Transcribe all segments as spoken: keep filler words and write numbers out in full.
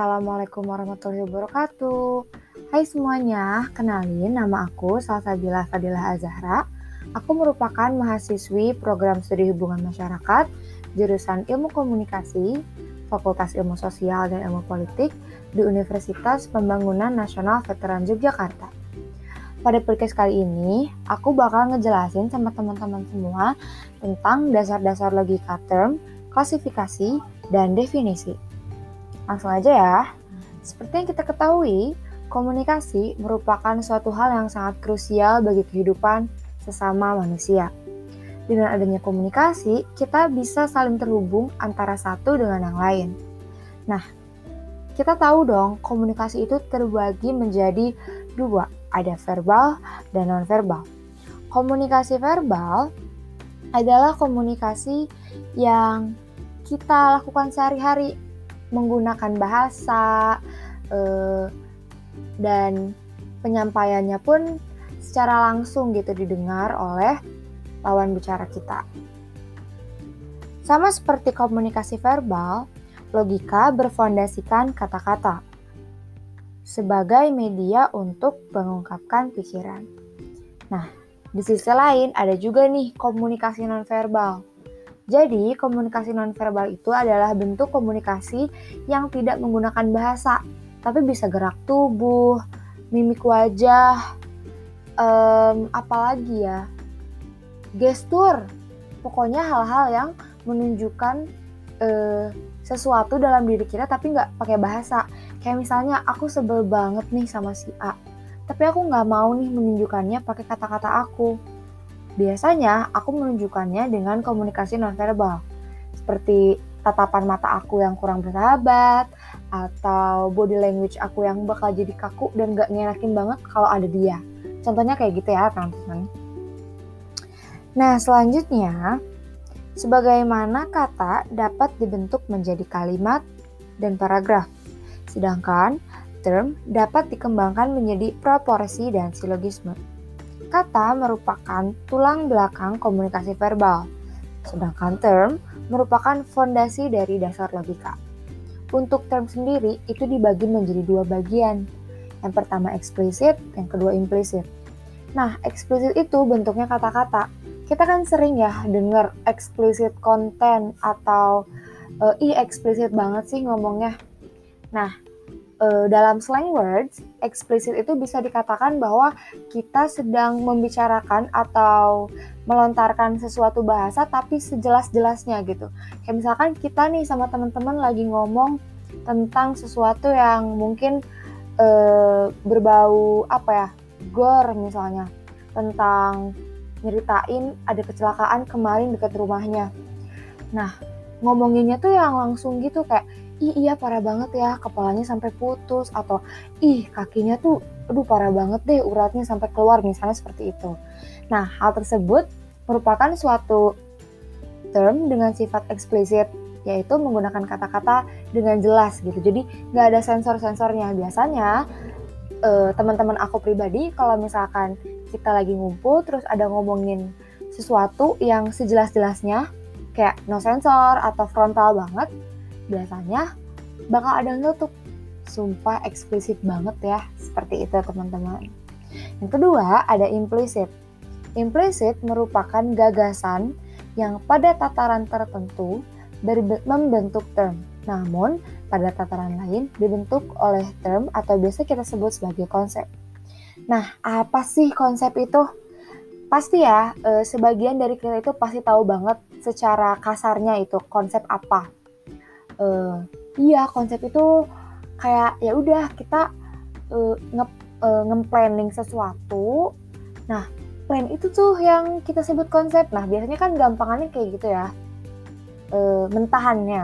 Assalamualaikum warahmatullahi wabarakatuh. Hai semuanya, kenalin nama aku Salsabila Fadilah Azahra. Aku merupakan mahasiswi program studi hubungan masyarakat, jurusan ilmu komunikasi, Fakultas Ilmu Sosial dan Ilmu Politik di Universitas Pembangunan Nasional Veteran Yogyakarta. Pada podcast kali ini, aku bakal ngejelasin sama teman-teman semua tentang dasar-dasar logika term, klasifikasi, dan definisi. Langsung aja ya. Seperti yang kita ketahui, komunikasi merupakan suatu hal yang sangat krusial bagi kehidupan sesama manusia. Dengan adanya komunikasi, kita bisa saling terhubung antara satu dengan yang lain. Nah, kita tahu dong, komunikasi itu terbagi menjadi dua, ada verbal dan non-verbal. Komunikasi verbal adalah komunikasi yang kita lakukan sehari-hari, menggunakan bahasa eh, dan penyampaiannya pun secara langsung gitu didengar oleh lawan bicara kita. Sama seperti komunikasi verbal, logika berfondasikan kata-kata sebagai media untuk mengungkapkan pikiran. Nah, di sisi lain ada juga nih komunikasi nonverbal. Jadi, komunikasi nonverbal itu adalah bentuk komunikasi yang tidak menggunakan bahasa, tapi bisa gerak tubuh, mimik wajah, um, apalagi ya, gestur. Pokoknya hal-hal yang menunjukkan uh, sesuatu dalam diri kita tapi nggak pakai bahasa. Kayak misalnya, aku sebel banget nih sama si A, tapi aku nggak mau nih menunjukkannya pakai kata-kata aku. Biasanya aku menunjukkannya dengan komunikasi nonverbal, seperti tatapan mata aku yang kurang bersahabat, atau body language aku yang bakal jadi kaku dan gak ngenakin banget kalau ada dia. Contohnya kayak gitu ya teman-teman. Nah selanjutnya, sebagaimana kata dapat dibentuk menjadi kalimat dan paragraf, sedangkan term dapat dikembangkan menjadi proporsi dan silogisme. Kata merupakan tulang belakang komunikasi verbal, sedangkan term merupakan fondasi dari dasar logika. Untuk term sendiri itu dibagi menjadi dua bagian. Yang pertama eksplisit, yang kedua implisit. Nah, eksplisit itu bentuknya kata-kata. Kita kan sering ya dengar explicit content atau e, ih eksplisit banget sih ngomongnya. Nah, dalam slang words, eksplisit itu bisa dikatakan bahwa kita sedang membicarakan atau melontarkan sesuatu bahasa tapi sejelas-jelasnya gitu. Kayak misalkan kita nih sama teman-teman lagi ngomong tentang sesuatu yang mungkin e, berbau apa ya, gore misalnya, tentang nyeritain ada kecelakaan kemarin dekat rumahnya. Nah, ngomonginnya tuh yang langsung gitu kayak, ih iya parah banget ya, kepalanya sampai putus, atau ih kakinya tuh aduh parah banget deh, uratnya sampai keluar, misalnya seperti itu. Nah, hal tersebut merupakan suatu term dengan sifat eksplisit, yaitu menggunakan kata-kata dengan jelas gitu. Jadi nggak ada sensor-sensornya. Biasanya eh, teman-teman aku pribadi kalau misalkan kita lagi ngumpul terus ada ngomongin sesuatu yang sejelas-jelasnya kayak no sensor atau frontal banget, biasanya bakal ada nutup. Sumpah eksplisit banget ya, seperti itu teman-teman. Yang kedua ada implisit. Implisit merupakan gagasan yang pada tataran tertentu membentuk term, namun pada tataran lain dibentuk oleh term atau biasa kita sebut sebagai konsep. Nah, apa sih konsep itu? Pasti ya, eh, sebagian dari kita itu pasti tahu banget secara kasarnya itu konsep apa. Uh, iya konsep itu kayak ya udah kita uh, nge uh, nge-planning sesuatu. Nah, plan itu tuh yang kita sebut konsep. Nah, biasanya kan gampangannya kayak gitu ya, uh, mentahannya.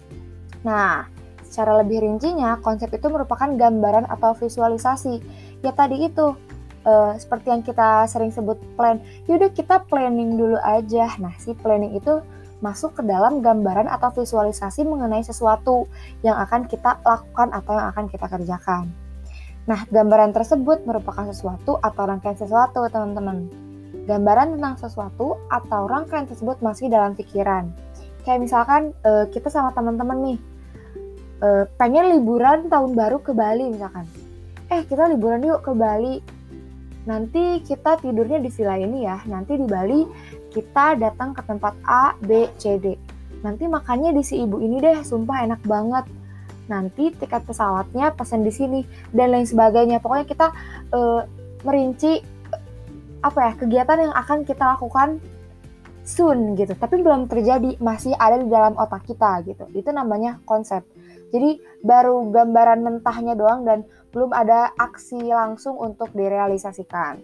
Nah, secara lebih rincinya, konsep itu merupakan gambaran atau visualisasi. Ya tadi itu, uh, seperti yang kita sering sebut plan. Yaudah kita planning dulu aja. Nah, si planning itu masuk ke dalam gambaran atau visualisasi mengenai sesuatu yang akan kita lakukan atau yang akan kita kerjakan. Nah, gambaran tersebut merupakan sesuatu atau rangkaian sesuatu, teman-teman. Gambaran tentang sesuatu atau rangkaian tersebut masih dalam pikiran. Kayak misalkan kita sama teman-teman nih, e, pengen liburan tahun baru ke Bali misalkan. Eh kita liburan yuk ke Bali. Nanti kita tidurnya di villa ini ya. Nanti di Bali kita datang ke tempat A, B, C, D. Nanti makannya di si ibu ini deh, sumpah enak banget. Nanti tiket pesawatnya pesen di sini dan lain sebagainya. Pokoknya kita e, merinci apa ya kegiatan yang akan kita lakukan soon gitu. Tapi belum terjadi, masih ada di dalam otak kita gitu. Itu namanya konsep. Jadi baru gambaran mentahnya doang dan belum ada aksi langsung untuk direalisasikan.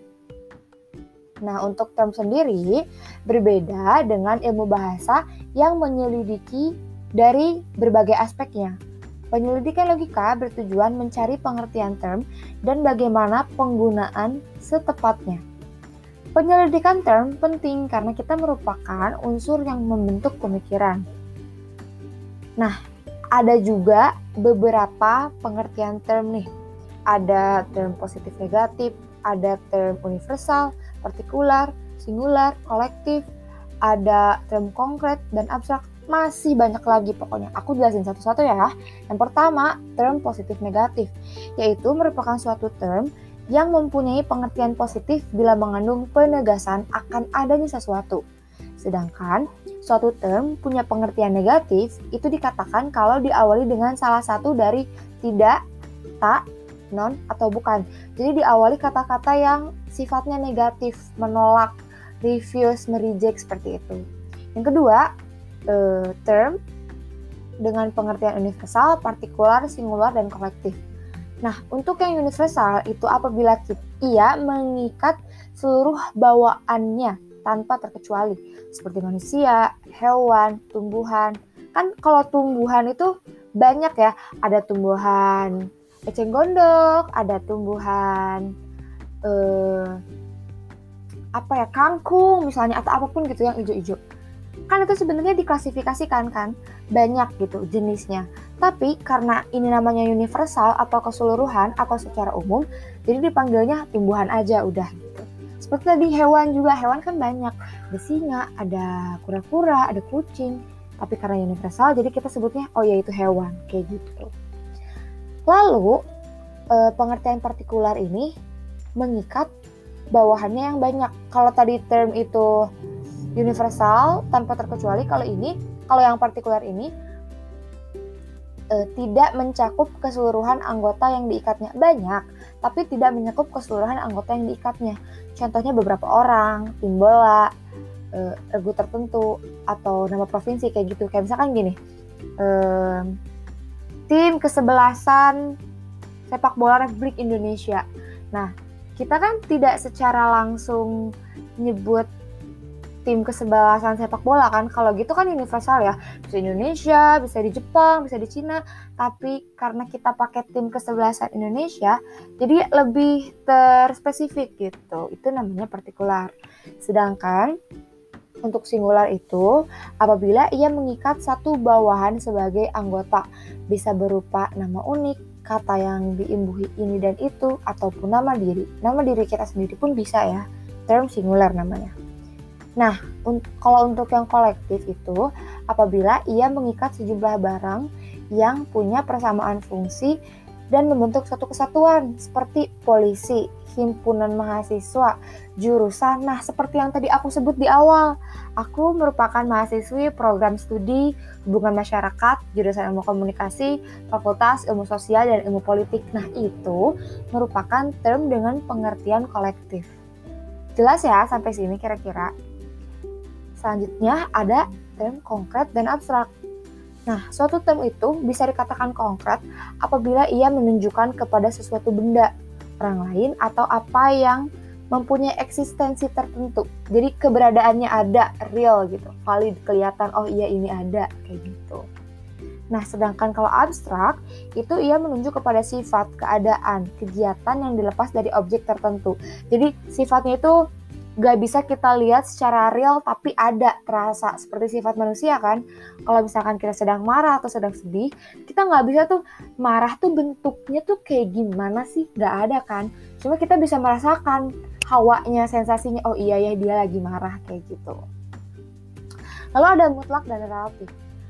Nah, untuk term sendiri berbeda dengan ilmu bahasa yang menyelidiki dari berbagai aspeknya. Penyelidikan logika bertujuan mencari pengertian term dan bagaimana penggunaan setepatnya. Penyelidikan term penting karena kita merupakan unsur yang membentuk pemikiran. Nah, ada juga beberapa pengertian term nih. Ada term positif negatif, ada term universal, partikular, singular, kolektif, ada term konkret dan abstrak. Masih banyak lagi pokoknya. Aku jelasin satu-satu ya. Yang pertama, term positif negatif, yaitu merupakan suatu term yang mempunyai pengertian positif bila mengandung penegasan akan adanya sesuatu. Sedangkan suatu term punya pengertian negatif itu dikatakan kalau diawali dengan salah satu dari tidak, tak, non, atau bukan. Jadi diawali kata-kata yang sifatnya negatif, menolak, refuse, mereject seperti itu. Yang kedua, eh, term dengan pengertian universal, partikular, singular, dan kolektif. Nah, untuk yang universal itu apabila ia mengikat seluruh bawaannya tanpa terkecuali, seperti manusia, hewan, tumbuhan. Kan kalau tumbuhan itu banyak ya, ada tumbuhan eceng gondok, ada tumbuhan eh, apa ya kangkung misalnya atau apapun gitu yang hijau-hijau. Kan itu sebenarnya diklasifikasikan kan banyak gitu jenisnya. Tapi karena ini namanya universal atau keseluruhan atau secara umum, jadi dipanggilnya tumbuhan aja udah gitu. Seperti tadi hewan juga, hewan kan banyak. Ada singa, ada kura-kura, ada kucing. Tapi karena universal jadi kita sebutnya oh ya itu hewan kayak gitu. Lalu eh, pengertian partikular ini mengikat bawahannya yang banyak. Kalau tadi term itu universal tanpa terkecuali, kalau ini, kalau yang partikular ini eh, tidak mencakup keseluruhan anggota yang diikatnya. Banyak, tapi tidak mencakup keseluruhan anggota yang diikatnya. Contohnya beberapa orang, tim bola, eh, regu tertentu, atau nama provinsi kayak gitu. Kayak misalkan gini, eh, tim kesebelasan sepak bola Republik Indonesia. Nah, kita kan tidak secara langsung nyebut tim kesebelasan sepak bola kan. Kalau gitu kan universal ya. Bisa Indonesia, bisa di Jepang, bisa di Cina. Tapi karena kita pakai tim kesebelasan Indonesia, jadi lebih terspesifik gitu. Itu namanya partikular. Sedangkan untuk singular itu apabila ia mengikat satu bawahan sebagai anggota. Bisa berupa nama unik, kata yang diimbuhi ini dan itu, ataupun nama diri. Nama diri kita sendiri pun bisa ya. Term singular namanya. Nah, un- kalau untuk yang kolektif itu apabila ia mengikat sejumlah barang yang punya persamaan fungsi dan membentuk suatu kesatuan seperti polisi, himpunan mahasiswa, jurusan. Nah, seperti yang tadi aku sebut di awal, aku merupakan mahasiswi program studi hubungan masyarakat, jurusan ilmu komunikasi, fakultas ilmu sosial dan ilmu politik. Nah, itu merupakan term dengan pengertian kolektif. Jelas ya sampai sini kira-kira? Selanjutnya ada term konkret dan abstrak. Nah, suatu term itu bisa dikatakan konkret apabila ia menunjukkan kepada sesuatu benda, orang lain, atau apa yang mempunyai eksistensi tertentu. Jadi keberadaannya ada, real gitu, valid, kelihatan, oh iya ini ada, kayak gitu. Nah, sedangkan kalau abstrak, itu ia menunjuk kepada sifat, keadaan, kegiatan yang dilepas dari objek tertentu. Jadi sifatnya itu gak bisa kita lihat secara real tapi ada, terasa seperti sifat manusia kan. Kalau misalkan kita sedang marah atau sedang sedih, kita gak bisa tuh marah tuh bentuknya tuh kayak gimana sih, gak ada kan. Cuma kita bisa merasakan hawanya, sensasinya, oh iya ya dia lagi marah kayak gitu. Lalu ada mutlak dan relatif.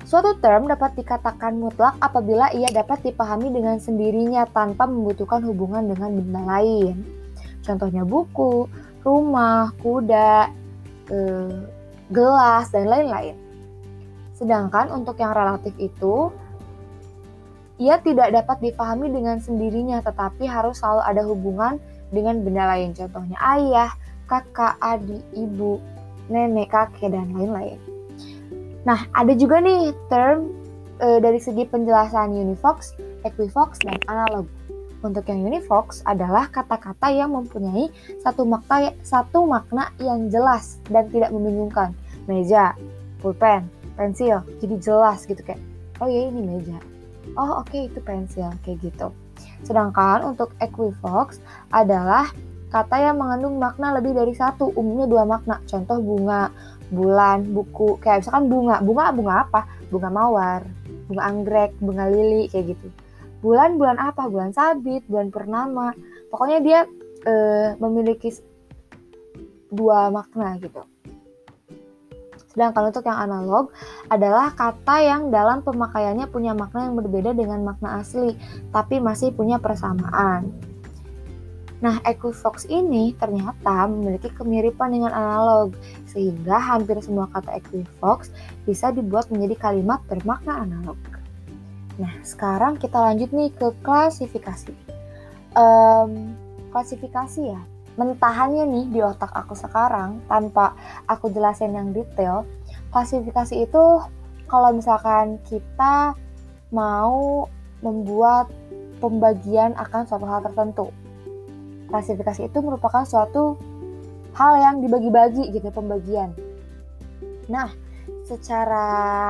Suatu term dapat dikatakan mutlak apabila ia dapat dipahami dengan sendirinya tanpa membutuhkan hubungan dengan benda lain. Contohnya buku, rumah, kuda, eh, gelas, dan lain-lain. Sedangkan untuk yang relatif itu, ia tidak dapat dipahami dengan sendirinya tetapi harus selalu ada hubungan dengan benda lain. Contohnya ayah, kakak, adik, ibu, nenek, kakek, dan lain-lain. Nah, ada juga nih term e, dari segi penjelasan univox, equivox, dan analog. Untuk yang univox adalah kata-kata yang mempunyai satu makna, satu makna yang jelas dan tidak membingungkan. Meja, pulpen, pensil, jadi jelas gitu kayak, oh ya ini meja. Oh oke okay, itu pensil, kayak gitu. Sedangkan untuk equivox adalah kata yang mengandung makna lebih dari satu, umumnya dua makna. Contoh bunga, bulan, buku, kayak misalkan bunga, bunga bunga apa? Bunga mawar, bunga anggrek, bunga lili, kayak gitu. Bulan, bulan apa? Bulan sabit, bulan purnama. Pokoknya dia e, memiliki dua makna gitu. Sedangkan untuk yang analog adalah kata yang dalam pemakaiannya punya makna yang berbeda dengan makna asli, tapi masih punya persamaan. Nah, equivox ini ternyata memiliki kemiripan dengan analog, sehingga hampir semua kata equivox bisa dibuat menjadi kalimat bermakna analog. Nah, sekarang kita lanjut nih ke klasifikasi. Um, klasifikasi ya, mentahannya nih di otak aku sekarang, tanpa aku jelasin yang detail, klasifikasi itu kalau misalkan kita mau membuat pembagian akan suatu hal tertentu. Klasifikasi itu merupakan suatu hal yang dibagi-bagi gitu, pembagian. Nah, secara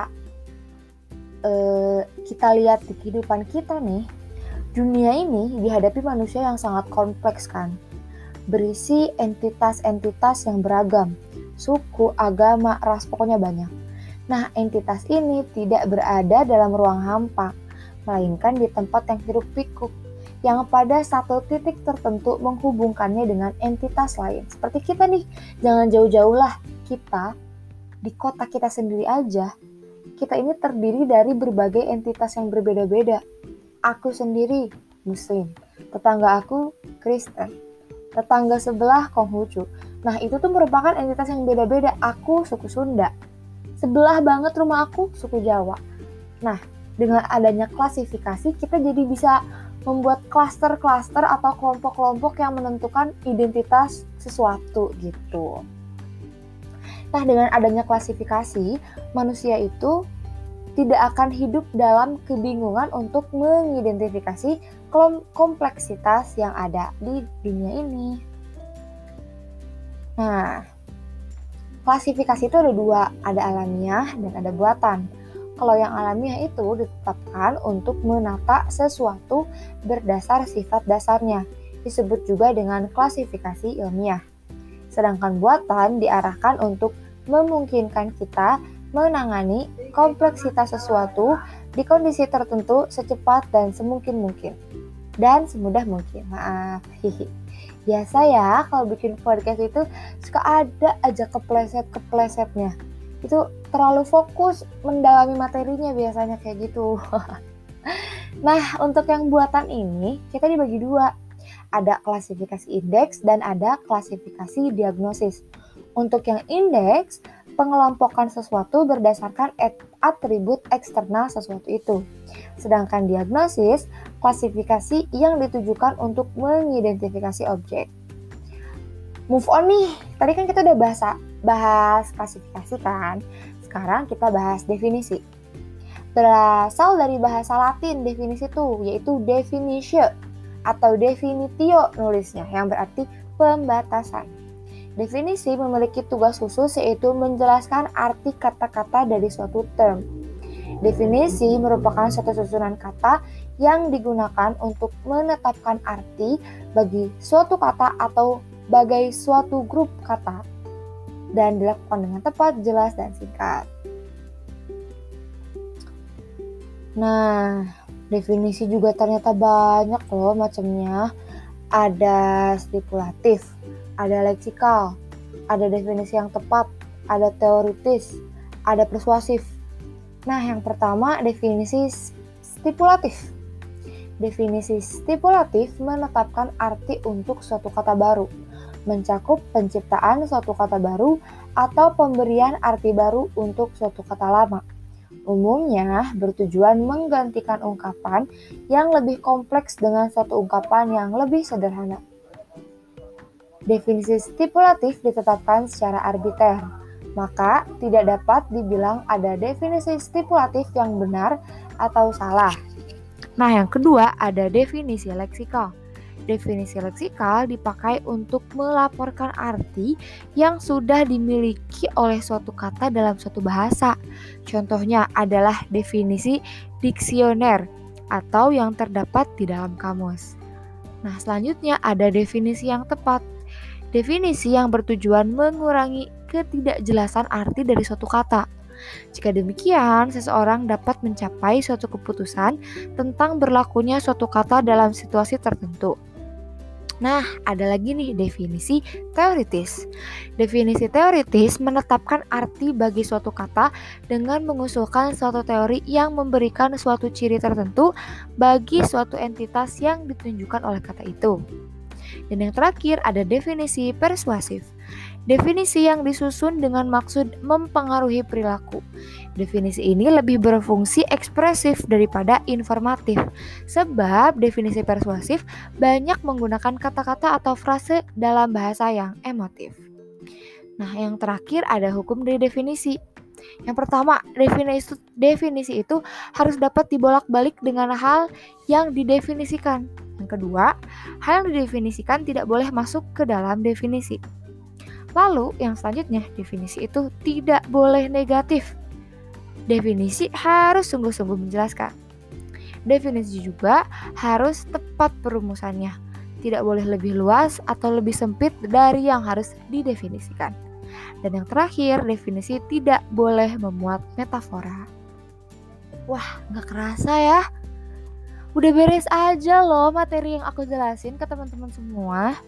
eh, kita lihat di kehidupan kita nih, dunia ini dihadapi manusia yang sangat kompleks kan, berisi entitas-entitas yang beragam, suku, agama, ras, pokoknya banyak. Nah, entitas ini tidak berada dalam ruang hampa, melainkan di tempat yang hiruk-pikuk, yang pada satu titik tertentu menghubungkannya dengan entitas lain. Seperti kita nih, jangan jauh-jauh lah, kita di kota kita sendiri aja, kita ini terdiri dari berbagai entitas yang berbeda-beda. Aku sendiri Muslim, tetangga aku Kristen, tetangga sebelah Konghucu. Nah, itu tuh merupakan entitas yang beda-beda. Aku suku Sunda, sebelah banget rumah aku suku Jawa. Nah, dengan adanya klasifikasi, kita jadi bisa membuat klaster-klaster atau kelompok-kelompok yang menentukan identitas sesuatu gitu. Nah, dengan adanya klasifikasi, manusia itu tidak akan hidup dalam kebingungan untuk mengidentifikasi kompleksitas yang ada di dunia ini. Nah, klasifikasi itu ada dua, ada alamiah dan ada buatan. Kalau yang alamiah itu ditetapkan untuk menata sesuatu berdasar sifat dasarnya, disebut juga dengan klasifikasi ilmiah. Sedangkan buatan diarahkan untuk memungkinkan kita menangani kompleksitas sesuatu di kondisi tertentu secepat dan semungkin mungkin. Dan semudah mungkin, maaf. Biasa ya kalau bikin podcast itu suka ada aja kepleset-keplesetnya. Itu terlalu fokus mendalami materinya biasanya kayak gitu. Nah, untuk yang buatan ini kita dibagi dua. Ada klasifikasi indeks dan ada klasifikasi diagnosis. Untuk yang indeks, pengelompokan sesuatu berdasarkan atribut eksternal sesuatu itu. Sedangkan diagnosis, klasifikasi yang ditujukan untuk mengidentifikasi objek. Move on nih, tadi kan kita udah bahas, bahas klasifikasi kan, sekarang kita bahas definisi. Berasal dari bahasa Latin definisi itu, yaitu definitio atau definitio nulisnya, yang berarti pembatasan. Definisi memiliki tugas khusus yaitu menjelaskan arti kata-kata dari suatu term. Definisi merupakan suatu susunan kata yang digunakan untuk menetapkan arti bagi suatu kata atau bagai suatu grup kata dan dilakukan dengan tepat, jelas, dan singkat. Nah, definisi juga ternyata banyak loh macamnya. Ada stipulatif, ada leksikal, ada definisi yang tepat, ada teoritis, ada persuasif. Nah, yang pertama definisi stipulatif. Definisi stipulatif menetapkan arti untuk suatu kata baru, mencakup penciptaan suatu kata baru atau pemberian arti baru untuk suatu kata lama. Umumnya bertujuan menggantikan ungkapan yang lebih kompleks dengan suatu ungkapan yang lebih sederhana. Definisi stipulatif ditetapkan secara arbiter, maka tidak dapat dibilang ada definisi stipulatif yang benar atau salah. Nah, yang kedua ada definisi leksikal. Definisi leksikal dipakai untuk melaporkan arti yang sudah dimiliki oleh suatu kata dalam suatu bahasa. Contohnya adalah definisi diksioner atau yang terdapat di dalam kamus. Nah, selanjutnya ada definisi yang tepat. Definisi yang bertujuan mengurangi ketidakjelasan arti dari suatu kata. Jika demikian, seseorang dapat mencapai suatu keputusan tentang berlakunya suatu kata dalam situasi tertentu. Nah, ada lagi nih definisi teoritis. Definisi teoritis menetapkan arti bagi suatu kata dengan mengusulkan suatu teori yang memberikan suatu ciri tertentu bagi suatu entitas yang ditunjukkan oleh kata itu. Dan yang terakhir ada definisi persuasif. Definisi yang disusun dengan maksud mempengaruhi perilaku. Definisi ini lebih berfungsi ekspresif daripada informatif, sebab definisi persuasif banyak menggunakan kata-kata atau frase dalam bahasa yang emotif. Nah, yang terakhir ada hukum dari definisi. Yang pertama, definisi, definisi itu harus dapat dibolak-balik dengan hal yang didefinisikan. Yang kedua, hal yang didefinisikan tidak boleh masuk ke dalam definisi. Lalu yang selanjutnya, definisi itu tidak boleh negatif. Definisi harus sungguh-sungguh menjelaskan. Definisi juga harus tepat perumusannya. Tidak boleh lebih luas atau lebih sempit dari yang harus didefinisikan. Dan yang terakhir, definisi tidak boleh memuat metafora. Wah, gak kerasa ya. Udah beres aja loh materi yang aku jelasin ke teman-teman semua.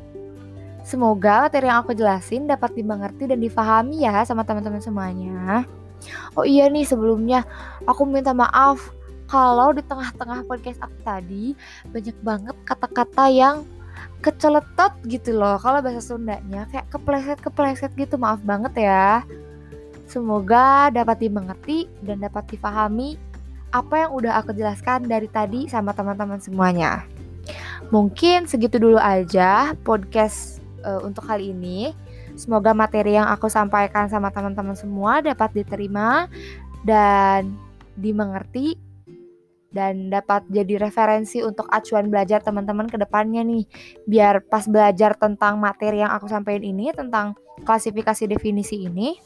Semoga materi yang aku jelasin dapat dimengerti dan difahami ya sama teman-teman semuanya. Oh iya nih, sebelumnya aku minta maaf kalau di tengah-tengah podcast aku tadi banyak banget kata-kata yang keceletot gitu loh. Kalau bahasa Sundanya kayak kepleset-kepleset gitu, maaf banget ya. Semoga dapat dimengerti dan dapat difahami apa yang udah aku jelaskan dari tadi sama teman-teman semuanya. Mungkin segitu dulu aja podcast uh, untuk kali ini. Semoga materi yang aku sampaikan sama teman-teman semua dapat diterima dan dimengerti dan dapat jadi referensi untuk acuan belajar teman-teman ke depannya nih. Biar pas belajar tentang materi yang aku sampaikan ini, tentang klasifikasi definisi ini,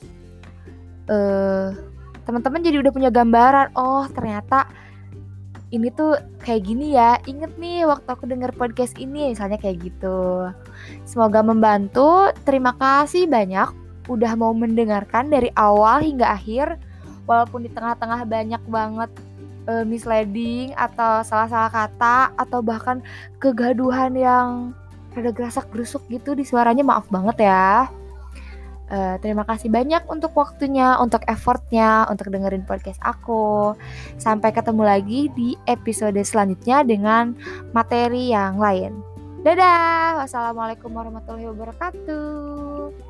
uh, teman-teman jadi udah punya gambaran, oh ternyata ini tuh kayak gini ya. Ingat nih waktu aku denger podcast ini, misalnya kayak gitu. Semoga membantu. Terima kasih banyak udah mau mendengarkan dari awal hingga akhir. Walaupun di tengah-tengah banyak banget uh, misleading atau salah-salah kata atau bahkan kegaduhan yang rada gerasak-gerusuk gitu di suaranya, maaf banget ya. Uh, terima kasih banyak untuk waktunya, untuk effortnya, untuk dengerin podcast aku. Sampai ketemu lagi di episode selanjutnya dengan materi yang lain. Dadah, wassalamualaikum warahmatullahi wabarakatuh.